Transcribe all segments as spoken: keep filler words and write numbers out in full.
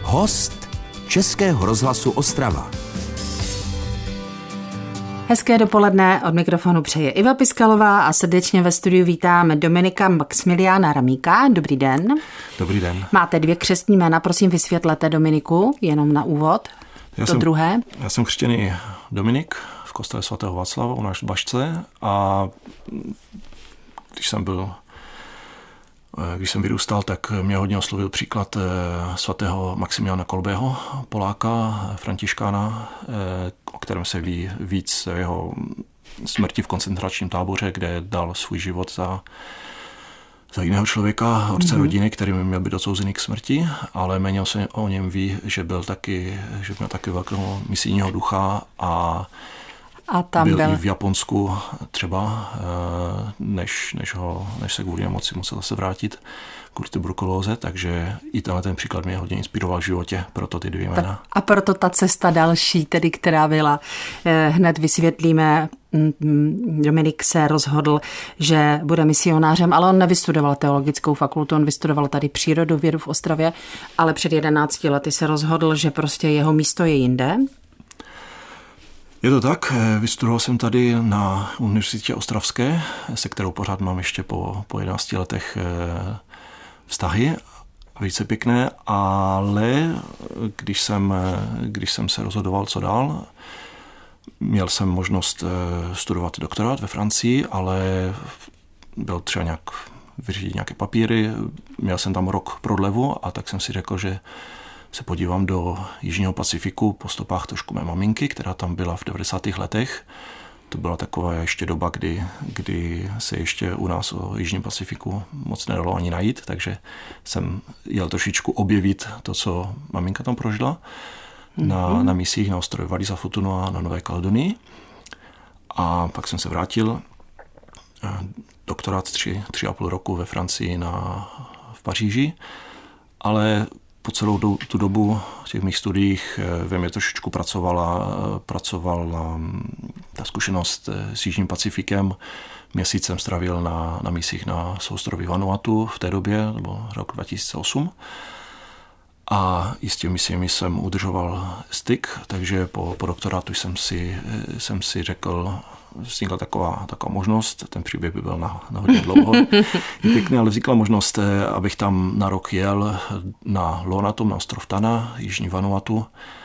Host Českého rozhlasu Ostrava. Hezké dopoledne, od mikrofonu přeje Iva Piskalová a srdečně ve studiu vítáme Dominika Maxmiliána Ramíka. Dobrý den. Dobrý den. Máte dvě křestní jména, prosím vysvětlete Dominiku, jenom na úvod. Já to jsem, druhé. Já jsem křtěný Dominik v kostele svatého Václava u nás v Bašce a když jsem byl, když jsem vyrůstal, tak mě hodně oslovil příklad svatého Maximiliána Kolbého, Poláka, františkána, o kterém se ví víc jeho smrti v koncentračním táboře, kde dal svůj život za, za jiného člověka, otce mm-hmm. rodiny, který měl být odsouzený k smrti, ale méně se o něm ví, že byl taky, že měl taky velkého misijního ducha a A tam byl, byl i v Japonsku třeba, než, než, ho, než se kvůli nemoci musel se vrátit kvůli tuberkulóze, takže i tenhle ten příklad mě hodně inspiroval v životě, proto ty dvě jména. A proto ta cesta další, tedy která byla, hned vysvětlíme, Dominik se rozhodl, že bude misionářem, ale on nevystudoval teologickou fakultu, on vystudoval tady přírodovědu v Ostravě, ale před jedenácti lety se rozhodl, že prostě jeho místo je jinde. Je to tak, vystudoval jsem tady na Univerzitě Ostravské, se kterou pořád mám ještě po, po jedenácti letech vztahy, velice pěkné, ale když jsem, když jsem se rozhodoval, co dál, měl jsem možnost studovat doktorát ve Francii, ale byl třeba nějak vyřídit nějaké papíry, měl jsem tam rok prodlevu a tak jsem si řekl, že se podívám do Jižního Pacifiku po stopách trošku mé maminky, která tam byla v devadesátých letech. To byla taková ještě doba, kdy, kdy se ještě u nás o Jižním Pacifiku moc nedalo ani najít, takže jsem jel trošičku objevit to, co maminka tam prožila mm-hmm. na, na misích na ostrově Wallis a Futuna a na Nové Kaledonii. A pak jsem se vrátil, doktorát tři, tři a půl roku ve Francii na, v Paříži, ale po celou do, tu dobu v těch mých studiích ve mě trošičku pracovala, pracovala ta zkušenost s Jižním Pacifikem. Měsíc jsem strávil na, na misích na souostroví Vanuatu v té době, nebo rok dva tisíce osm. A i s těmi misiemi jsem udržoval styk, takže po, po doktorátu jsem si, jsem si řekl, vznikla taková, taková možnost, ten příběh by byl na, na hodně dlouho. Je pěkný, ale vznikla možnost, abych tam na rok jel na Lonatom, na ostrov Tana, jižní Vanuatu,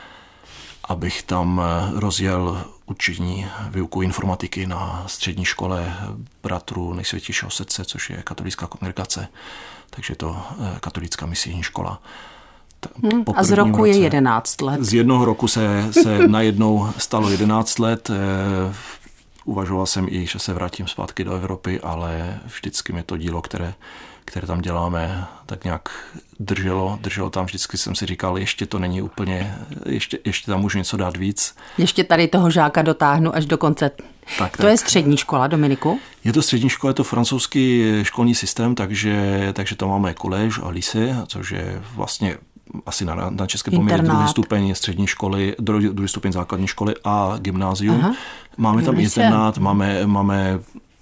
abych tam rozjel učení výuku informatiky na střední škole bratrů Nejsvětějšího srdce, což je katolická kongregace, takže je to katolická misijní škola. Hmm, a z roku roce, je jedenáct let. Z jednoho roku se, se najednou stalo jedenáct let. Uvažoval jsem i, že se vrátím zpátky do Evropy, ale vždycky mě to dílo, které, které tam děláme, tak nějak drželo. Drželo tam, vždycky jsem si říkal, ještě to není úplně, ještě, ještě tam můžu něco dát víc. Ještě tady toho žáka dotáhnu až do konce. Tak, to tak. je střední škola, Dominiku? Je to střední škola, je to francouzský školní systém, takže, takže tam máme collège a lycée, což je vlastně asi na, na české poměry druhý stupeň střední školy, druhý, druhý stupeň základní školy a gymnázium. Aha. Máme tam internát, máme, máme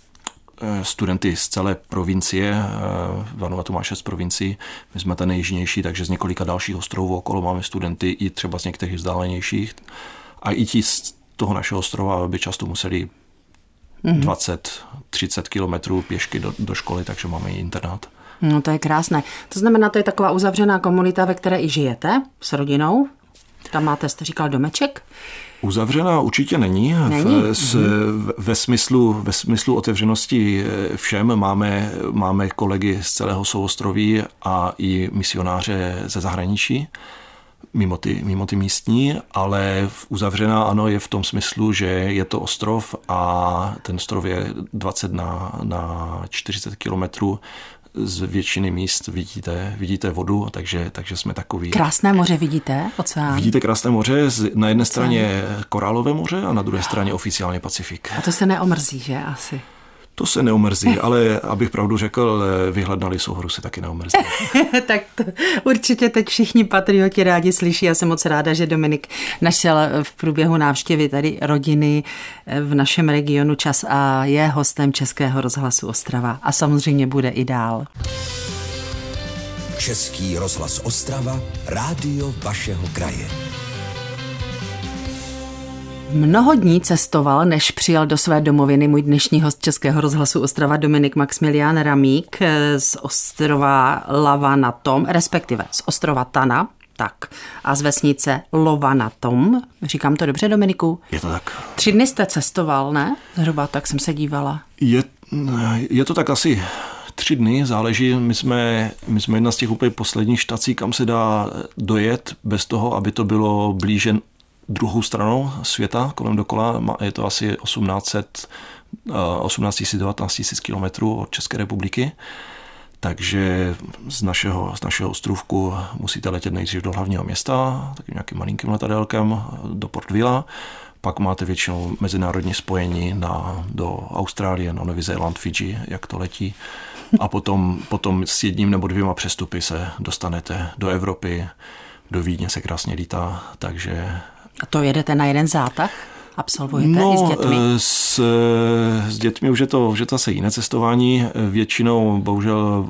studenty z celé provincie, Vanuatu má šest provincií, my jsme ta nejjižnější, takže z několika dalších ostrovů okolo máme studenty i třeba z některých vzdálenějších. A i ti z toho našeho ostrova by často museli mhm. dvacet třicet kilometrů pěšky do, do školy, takže máme i internát. No to je krásné. To znamená, to je taková uzavřená komunita, ve které i žijete s rodinou. Tam máte, jste říkal, domeček? Uzavřená určitě není. není? V, s, ve, smyslu, ve smyslu otevřenosti všem máme, máme kolegy z celého souostroví a i misionáře ze zahraničí, mimo ty, mimo ty místní, ale uzavřená ano je v tom smyslu, že je to ostrov a ten ostrov je dvacet na čtyřicet kilometrů. Z většiny míst vidíte, vidíte vodu, takže, takže jsme takový... Krásné moře vidíte? Oceán? Vidíte krásné moře, na jedné straně Korálové moře a na druhé straně oficiálně Pacifik. A to se neomrzí, že asi? To se neomrzí, ale abych pravdu řekl, vyhlednali souhru se taky neomrzí. Tak to určitě teď všichni patrioti rádi slyší. Já jsem moc ráda, že Dominik našel v průběhu návštěvy tady rodiny v našem regionu čas a je hostem Českého rozhlasu Ostrava. A samozřejmě bude i dál. Český rozhlas Ostrava, rádio vašeho kraje. Mnoho dní cestoval, než přijel do své domoviny můj dnešní host Českého rozhlasu Ostrava Dominik Maxmilián Ramík z ostrova Lava na Tom, respektive z ostrova Tana, tak, a z vesnice Lova na Tom. Říkám to dobře, Dominiku? Je to tak. Tři dny jste cestoval, ne? Zhruba tak jsem se dívala. Je, je to tak asi tři dny, záleží. My jsme, my jsme jedna z těch úplně posledních štací, kam se dá dojet bez toho, aby to bylo blíže druhou stranou světa, kolem dokola. Je to asi osmnáct set, osmnáct tisíc, devatenáct tisíc kilometrů od České republiky. Takže z našeho, z našeho ostrůvku musíte letět nejdřív do hlavního města, takým nějakým malinkým letadélkem do Port Vila. Pak máte většinou mezinárodní spojení na, do Austrálie, na Nový Zéland, Fidži, jak to letí. A potom, potom s jedním nebo dvěma přestupy se dostanete do Evropy, do Vídně se krásně lítá, takže... A to jedete na jeden zátah? Absolvujete no, i s dětmi? S, s dětmi už je to, už je to zase jiné cestování. Většinou, bohužel,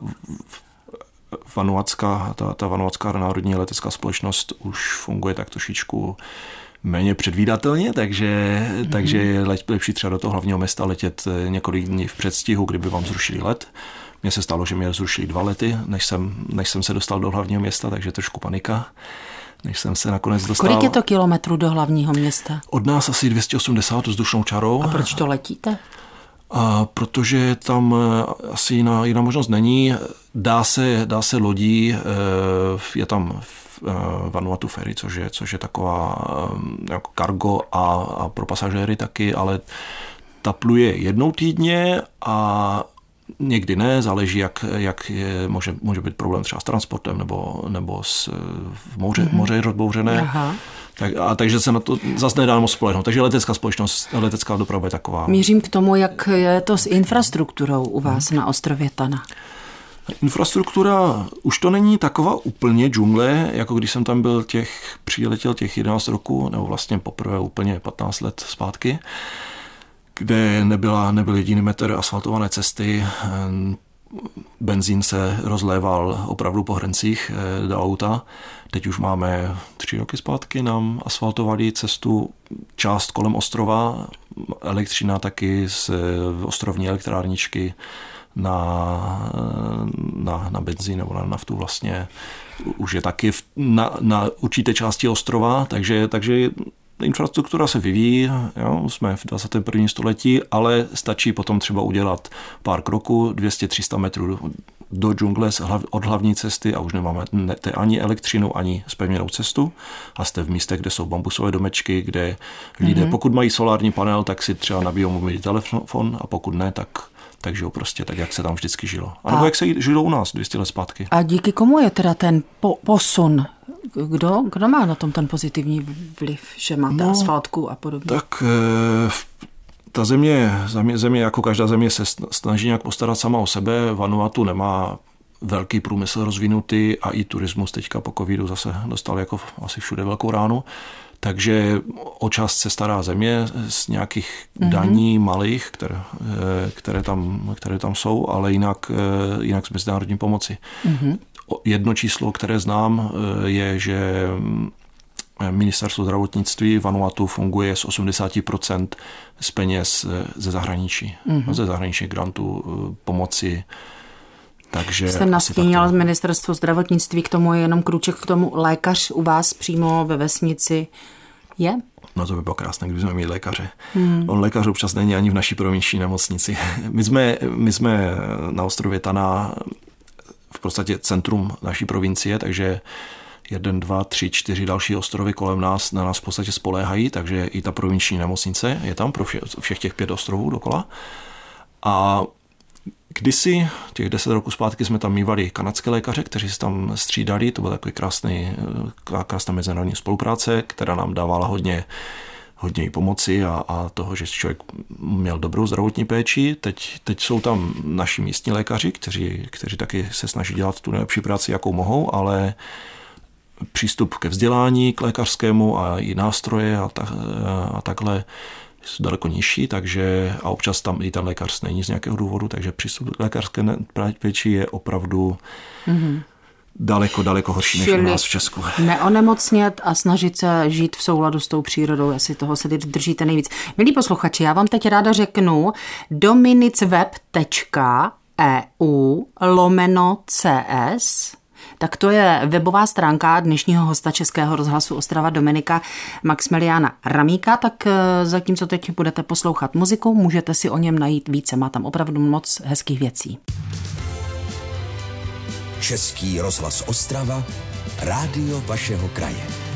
vanuatská, ta, ta vanuatská národní letecká společnost už funguje tak trošičku méně předvídatelně, takže, mm-hmm. takže je lepší třeba do toho hlavního města letět několik dní v předstihu, kdyby vám zrušili let. Mně se stalo, že mě zrušili dva lety, než jsem, než jsem se dostal do hlavního města, takže trošku panika. Než jsem se nakonec dostal... Kolik je to kilometrů do hlavního města? Od nás asi dvě stě osmdesát vzdušnou čarou. A proč to letíte? A protože tam asi jiná, jiná možnost není. Dá se, dá se lodí, je tam Vanuatu ferry, což je, což je taková jako cargo a, a pro pasažéry taky, ale ta pluje jednou týdně a někdy ne, záleží, jak, jak je, může, může být problém třeba s transportem nebo, nebo s, v moře, mm-hmm. moře je rozbouřené. Aha. Tak, a takže se na to zase nedá moc spolehnout. Takže letecká společnost, letecká doprava je taková. Mířím k tomu, jak je to s infrastrukturou u vás hmm. na ostrově Tana. Infrastruktura už to není taková úplně džungle, jako když jsem tam byl těch, přiletěl těch jedenáct roků, nebo vlastně poprvé úplně patnáct let zpátky, kde nebyla, nebyl jediný metr asfaltované cesty, benzín se rozléval opravdu po hrncích do auta. Teď už máme tři roky zpátky, nám asfaltovali cestu část kolem ostrova, elektřina taky z ostrovní elektrárničky na, na, na benzín nebo na naftu vlastně už je taky v, na, na určité části ostrova, takže, takže infrastruktura se vyvíjí, jo, jsme v dvacátém prvním století, ale stačí potom třeba udělat pár kroků, dvě stě tři sta metrů do džungle od hlavní cesty a už nemáme ani elektřinu, ani zpevněnou cestu a jste v místech, kde jsou bambusové domečky, kde lidé, mm-hmm. pokud mají solární panel, tak si třeba nabijou mobilní telefon a pokud ne, tak tak žijou prostě tak, jak se tam vždycky žilo. A nebo jak se žilo u nás dvě stě let zpátky. A díky komu je teda ten po- posun? Kdo, kdo má na tom ten pozitivní vliv, že máte no, asfaltku a podobně? Tak e, ta země, země, země, jako každá země, se snaží nějak postarat sama o sebe. Vanuatu nemá velký průmysl rozvinutý a i turismus teďka po covidu zase dostal jako asi všude velkou ránu. Takže o část se stará země z nějakých mm-hmm. daní malých, které, které, tam, které tam jsou, ale jinak, jinak z mezinárodní pomoci. Mm-hmm. Jedno číslo, které znám, je, že ministerstvo zdravotnictví Vanuatu funguje z osmdesát procent z peněz ze zahraničí, mm-hmm. ze zahraničních grantů pomoci. Takže jste nastínil z ministerstvo zdravotnictví, k tomu je jenom krůček k tomu. Lékař u vás přímo ve vesnici je? No to by bylo krásné, kdybychom měli lékaře. Hmm. On lékař občas není ani v naší provinční nemocnici. My jsme, my jsme na ostrově Tana v podstatě centrum naší provincie, takže jeden, dva, tři, čtyři další ostrovy kolem nás na nás v podstatě spoléhají, takže i ta provinční nemocnice je tam pro vše, všech těch pět ostrovů dokola. A kdysi, těch deset roků zpátky, jsme tam mívali kanadské lékaře, kteří se tam střídali, to byla takový krásný, krásná mezinárodní spolupráce, která nám dávala hodně, hodně pomoci a, a toho, že člověk měl dobrou zdravotní péči. Teď, teď jsou tam naši místní lékaři, kteří, kteří taky se snaží dělat tu nejlepší práci, jakou mohou, ale přístup ke vzdělání, k lékařskému a i nástroje a, ta, a takhle jsou daleko nižší, takže a občas tam i ten lékař není z nějakého důvodu, takže přístup k lékařské péči je opravdu mm-hmm. daleko, daleko horší než u nás v Česku. Neonemocnět a snažit se žít v souladu s tou přírodou, jestli toho se držíte nejvíc. Milí posluchači, já vám teď ráda řeknu dominicweb tečka e u lomeno c s. Tak to je webová stránka dnešního hosta Českého rozhlasu Ostrava Dominika Maxmiliána Ramíka, tak zatímco teď budete poslouchat muziku, můžete si o něm najít více, má tam opravdu moc hezkých věcí. Český rozhlas Ostrava, rádio vašeho kraje.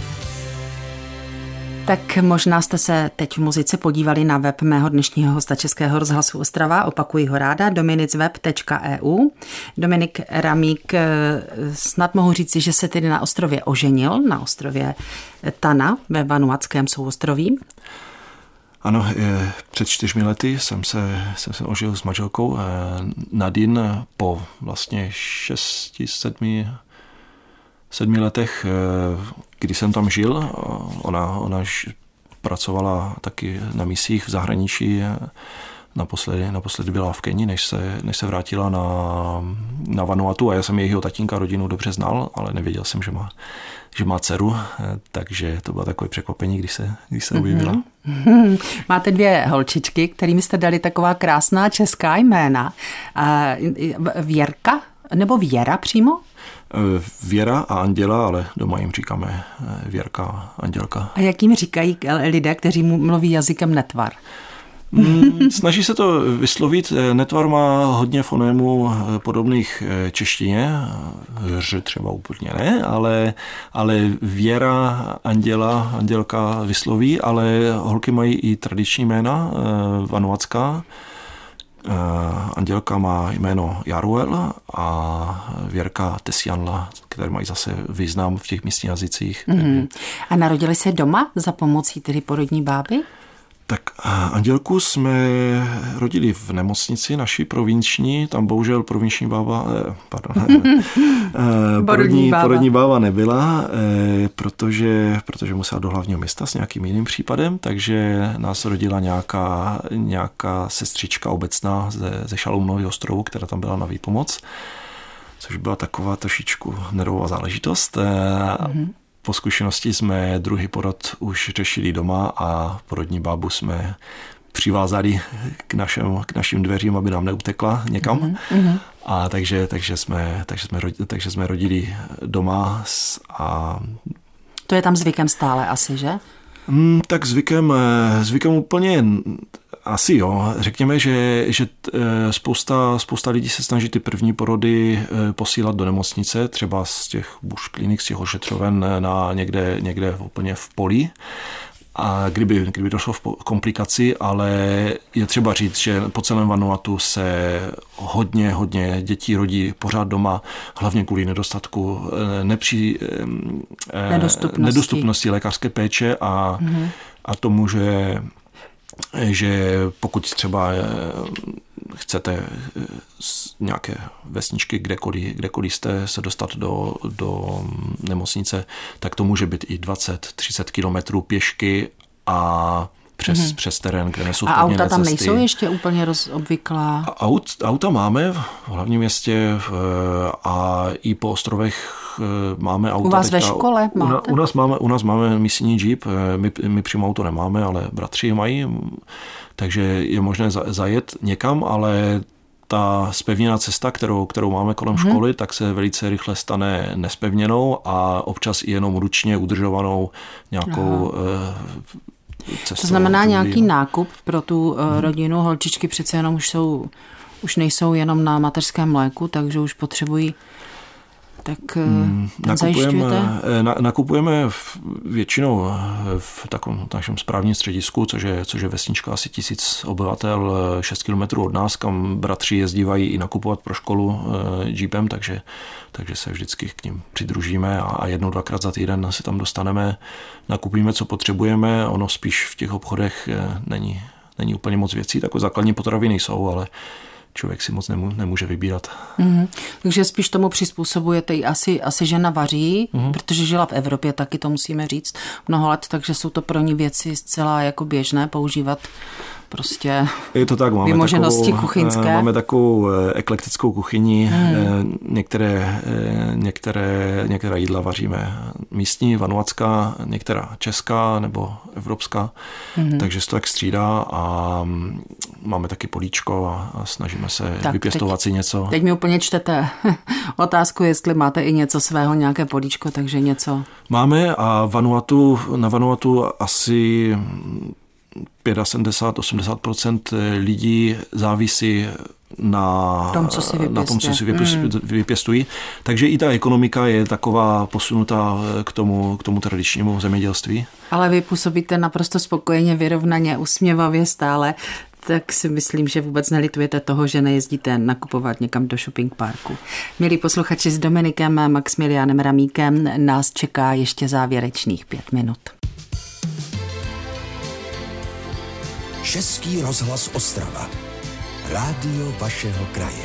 Tak možná jste se teď v muzice podívali na web mého dnešního hosta Českého rozhlasu Ostrava, opakuji ho ráda, dominicweb tečka e u. Dominik Ramík, snad mohu říci, že se tedy na ostrově oženil, na ostrově Tana ve Vanuatském souostroví. Ano, před čtyřmi lety jsem se, jsem se oženil s manželkou Nadine po vlastně šesti, sedmi, sedmi letech, kdy jsem tam žil. Ona, ona pracovala taky na misích v zahraničí. Naposledy, naposledy byla v Keni, než se, než se vrátila na, na Vanuatu a já jsem jejího tatínka rodinu dobře znal, ale nevěděl jsem, že má, že má dceru, takže to bylo takové překvapení, když se, když se objevila. Mm-hmm. Máte dvě holčičky, kterými jste dali taková krásná česká jména. Věrka nebo Věra přímo? Věra a Anděla, ale doma jim říkáme Věrka a Andělka. A jak jim říkají lidé, kteří mluví jazykem netvar? Snaží se to vyslovit. Netvar má hodně fonémů podobných češtině. Ř třeba úplně ne, ale, ale Věra, Anděla, Andělka vysloví, ale holky mají i tradiční jména vanuatská. Andělka má jméno Jaruel a Věrka Tesianla, které mají zase význam v těch místních jazycích. Mm-hmm. A narodili se doma za pomocí tedy porodní báby? Tak Andělku jsme rodili v nemocnici naší provinční, tam bohužel provinční bába, eh, pardon, eh, porodní, bába. porodní bába nebyla, eh, protože, protože musela do hlavního města s nějakým jiným případem, takže nás rodila nějaká, nějaká sestřička obecná ze, ze Šalumnového ostrovu, která tam byla na výpomoc, což byla taková trošičku nervová záležitost. Eh, mm-hmm. Po zkušenosti jsme druhý porod už řešili doma a porodní bábu jsme přivázali k, našem, k našim dveřím, aby nám neutekla někam. Mm-hmm. A takže, takže, jsme, takže, jsme, takže jsme rodili doma. A to je tam zvykem stále asi, že? Hmm, tak zvykem, zvykem úplně asi jo. Řekněme, že, že spousta, spousta lidí se snaží ty první porody posílat do nemocnice, třeba z těch bush klinik, z těch ošetřoven na někde, někde úplně v poli. A kdyby, kdyby došlo v komplikaci, ale je třeba říct, že po celém Vanuatu se hodně, hodně dětí rodí pořád doma, hlavně kvůli nedostatku nepří, nedostupnosti. nedostupnosti lékařské péče a, mm-hmm. a tomu, že že pokud třeba chcete z nějaké vesničky, kdekoliv, kdekoliv jste se dostat do, do nemocnice, tak to může být i dvacet třicet kilometrů pěšky a přes, mm-hmm. přes terén, kde nesou a auta tam cesty. Nejsou ještě úplně rozobvyklá? Aut, auta máme v hlavním městě a i po ostrovech máme auta. U vás teďka, ve škole máte? U, u, nás máme, u nás máme misijní jeep, my, my přímo auto nemáme, ale bratři mají, takže je možné zajet někam, ale ta zpevněná cesta, kterou, kterou máme kolem hmm. školy, tak se velice rychle stane nespevněnou a občas i jenom ručně udržovanou nějakou cestou. To znamená nějaký nákup pro tu hmm. rodinu. Holčičky přece jenom už jsou, už nejsou jenom na mateřském mléku, takže už potřebují. Tak hmm, nakupujeme, na, nakupujeme většinou v takovém našem správním středisku, což je, což je vesnička asi tisíc obyvatel, šest kilometrů od nás, kam bratři jezdívají i nakupovat pro školu jeepem, takže, takže se vždycky k ním přidružíme a, a jednou, dvakrát za týden se tam dostaneme, nakupíme, co potřebujeme, ono spíš v těch obchodech není, není úplně moc věcí, takové základní potraviny jsou, ale člověk si moc nemů, nemůže vybírat. Mm-hmm. Takže spíš tomu přizpůsobujete i asi, asi žena vaří, mm-hmm. protože žila v Evropě, taky to musíme říct, mnoho let, takže jsou to pro ní věci zcela jako běžné používat prostě je to tak, máme vymoženosti takovou, kuchyňské. Máme takovou eklektickou kuchyni, hmm. některé, některé, některé jídla vaříme místní, vanuatská, některá česká nebo evropská, hmm. takže se to tak střídá a máme taky políčko a, a snažíme se tak, vypěstovat teď, si něco. Teď mi úplně čtete otázku, jestli máte i něco svého, nějaké políčko, takže něco. Máme a Vanuatu, na Vanuatu asi sedmdesát až osmdesát procent lidí závisí na tom, co si, na tom, co si vypěstují. Mm. Takže i ta ekonomika je taková posunutá k tomu, k tomu tradičnímu zemědělství. Ale vy působíte naprosto spokojeně, vyrovnaně, usměvavě stále, tak si myslím, že vůbec nelitujete toho, že nejezdíte nakupovat někam do shopping parku. Milí posluchači, s Dominikem Maxmiliánem Ramíkem nás čeká ještě závěrečných pět minut. Český rozhlas Ostrava. Rádio vašeho kraje.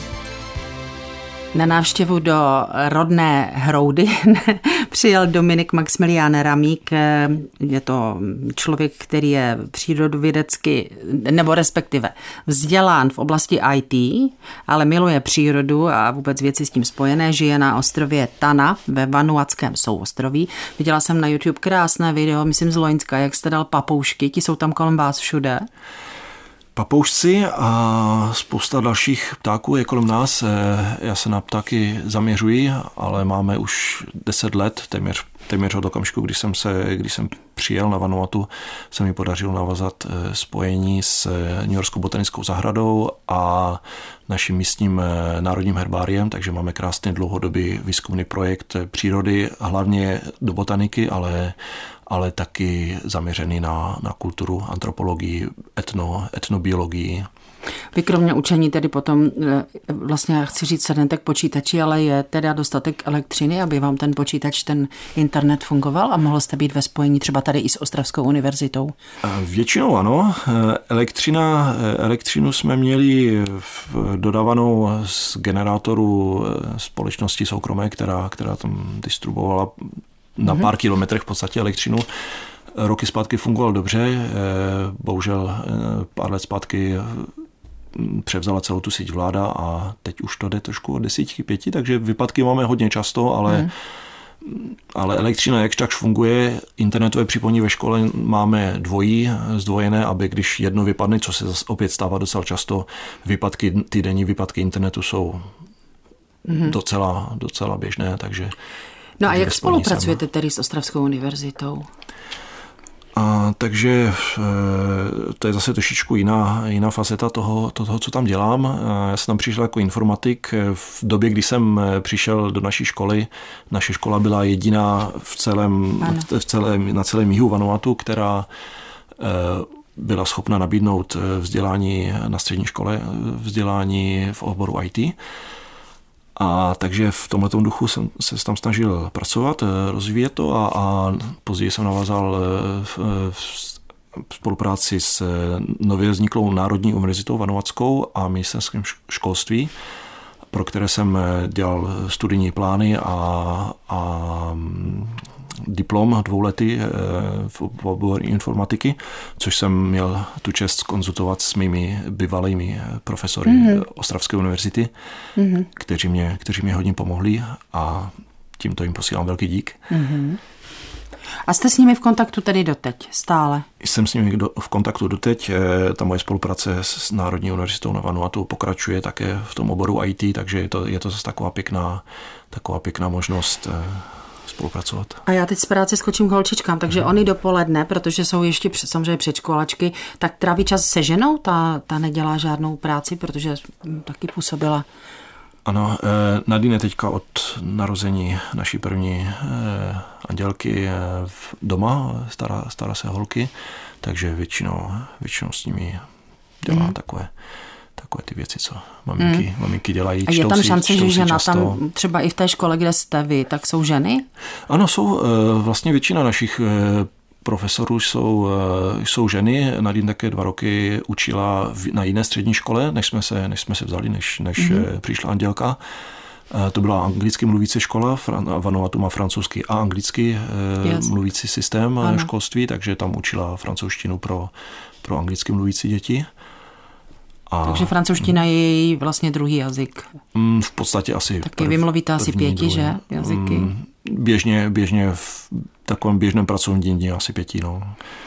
Na návštěvu do rodné Hroudy přijel Dominik Maxmilián Ramík. Je to člověk, který je přírodovědecky, nebo respektive vzdělán v oblasti í té, ale miluje přírodu a vůbec věci s tím spojené. Žije na ostrově Tana ve Vanuatském souostroví. Viděla jsem na YouTube krásné video, myslím z Loňska, jak jste dal papoušky, ti jsou tam kolem vás všude. Papoušci a spousta dalších ptáků je kolem nás. Já se na ptáky zaměřuji, ale máme už deset let, téměř, téměř od okamžiku, když jsem, se, když jsem přijel na Vanuatu, se mi podařilo navazat spojení s New Yorkskou botanickou zahradou a naším místním národním herbáriem, takže máme krásný dlouhodobý výzkumný projekt přírody, hlavně do botaniky, ale ale taky zaměřený na, na kulturu, antropologii, etno, etnobiologii. Vy kromě učení tedy potom, vlastně já chci říct sednete k počítači, ale je teda dostatek elektřiny, aby vám ten počítač, ten internet fungoval a mohl jste být ve spojení třeba tady i s Ostravskou univerzitou? Většinou ano. Elektřina, elektřinu jsme měli dodávanou z generátoru společnosti soukromé, která, která tam distribuovala na pár kilometrech v podstatě elektřinu. Roky zpátky fungoval dobře, bohužel pár let zpátky převzala celou tu síť vláda a teď už to jde trošku od desítky pěti, takže výpadky máme hodně často, ale, hmm. ale elektřina jakž takž funguje. Internetové připojení ve škole máme dvojí, zdvojené, aby když jedno vypadne, co se opět stává docela často, výpadky, ty denní výpadky internetu jsou hmm. docela, docela běžné, takže no a jak spolupracujete tedy s Ostravskou univerzitou? A, takže to je zase trošičku jiná, jiná faceta toho, toho, co tam dělám. Já jsem tam přišel jako informatik. V době, kdy jsem přišel do naší školy, naše škola byla jediná v celém, v celém, na celém jihu Vanuatu, která byla schopna nabídnout vzdělání na střední škole, vzdělání v oboru í té. A takže v tomhletom duchu jsem se tam snažil pracovat, rozvíjet to a, a později jsem navázal v, v spolupráci s nově vzniklou Národní univerzitou vanuatskou a ministerstvem školství, pro které jsem dělal studijní plány a, a diplom dvouletý v oboru informatiky, což jsem měl tu čest konzultovat s mými bývalými profesory mm-hmm. Ostravské univerzity, mm-hmm. kteří mě, kteří mě hodně pomohli a tímto jim posílám velký dík. Mm-hmm. A jste s nimi v kontaktu tedy doteď stále? Jsem s nimi v kontaktu doteď. Ta moje spolupráce s Národní univerzitou na Vanuatu pokračuje také v tom oboru í té, takže je to, je to zase taková pěkná, taková pěkná možnost spolupracovat. A já teď z práce skočím k holčičkám, takže oni dopoledne, protože jsou ještě samozřejmě předškolačky, tak tráví čas se ženou, ta, ta nedělá žádnou práci, protože taky působila. Ano, Nadine teďka od narození naší první andělky doma, stará, stará se holky, takže většinou, většinou s nimi dělá mm. takové takové ty věci, co maminky, mm. maminky dělají. A je tam šance, že žena tam třeba i v té škole, kde jste vy, tak jsou ženy? Ano, jsou vlastně většina našich profesorů jsou, jsou ženy. Nadine také dva roky učila na jiné střední škole, než jsme se, než jsme se vzali, než, než mm-hmm. přišla Andělka. To byla anglicky mluvící škola, Vanuatu má francouzský a anglicky yes. mluvící systém ano. školství, takže tam učila francouzštinu pro, pro anglicky mluvící děti. A takže francouzština je její vlastně druhý jazyk. V podstatě asi. Taky vy mluvíte asi pěti, druhý. Že? Jazyky. Běžně, běžně v takovém běžném pracovním dní asi pěti, no.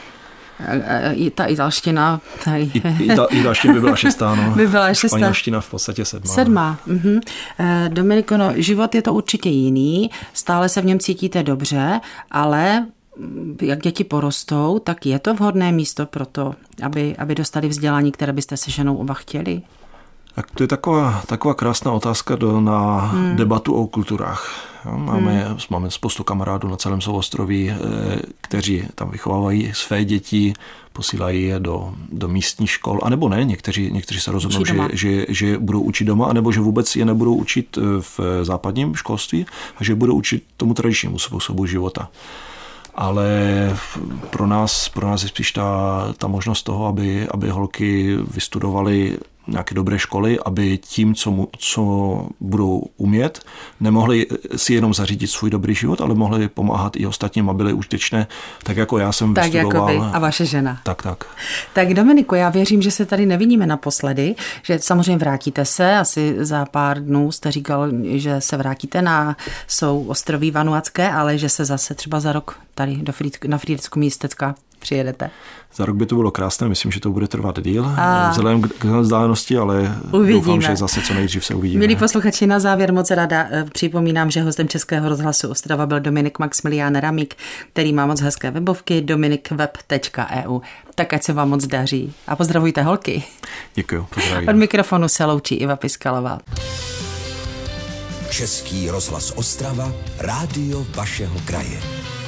I ta italština. I, ita, italština by byla šestá, no. By byla šestá. Španělština v podstatě sedmá. Sedmá. Mhm. Dominiko, no, život je to určitě jiný, stále se v něm cítíte dobře, ale jak děti porostou, tak je to vhodné místo pro to, aby, aby dostali vzdělání, které byste se ženou oba chtěli? Tak to je taková, taková krásná otázka do, na hmm. debatu o kulturách. Máme, hmm. máme spoustu kamarádů na celém souostroví, kteří tam vychovávají své děti, posílají je do, do místních škol, anebo ne, někteří, někteří se rozhodnou, že, že, že budou učit doma, anebo že vůbec je nebudou učit v západním školství a že budou učit tomu tradičnímu způsobu života. Ale pro nás, pro nás je spíš ta, ta možnost toho, aby, aby holky vystudovaly nějaké dobré školy, aby tím, co, mu, co budou umět, nemohli si jenom zařídit svůj dobrý život, ale mohli pomáhat i ostatním a byly užitečné, tak jako já jsem tak vystudoval. Tak jako vy a vaše žena. Tak, tak. Tak Dominiku, já věřím, že se tady nevidíme naposledy, že samozřejmě vrátíte se, asi za pár dnů jste říkal, že se vrátíte na souostroví Vanuatské, ale že se zase třeba za rok tady do Frýd, na Frýdecku místecka přijedete. Za rok by to bylo krásné, myslím, že to bude trvat díl, vzhledem k vzdálenosti, ale uvidíme. Doufám, že zase co nejdřív se uvidíme. Milí posluchači, na závěr moc ráda připomínám, že hostem Českého rozhlasu Ostrava byl Dominik Maxmilián Ramík, který má moc hezké webovky dominikweb tečka e u. Tak ať se vám moc daří. A pozdravujte holky. Děkuju, pozdravím. Od mikrofonu se loučí Iva Piskalová. Český rozhlas Ostrava, rádio vašeho kraje.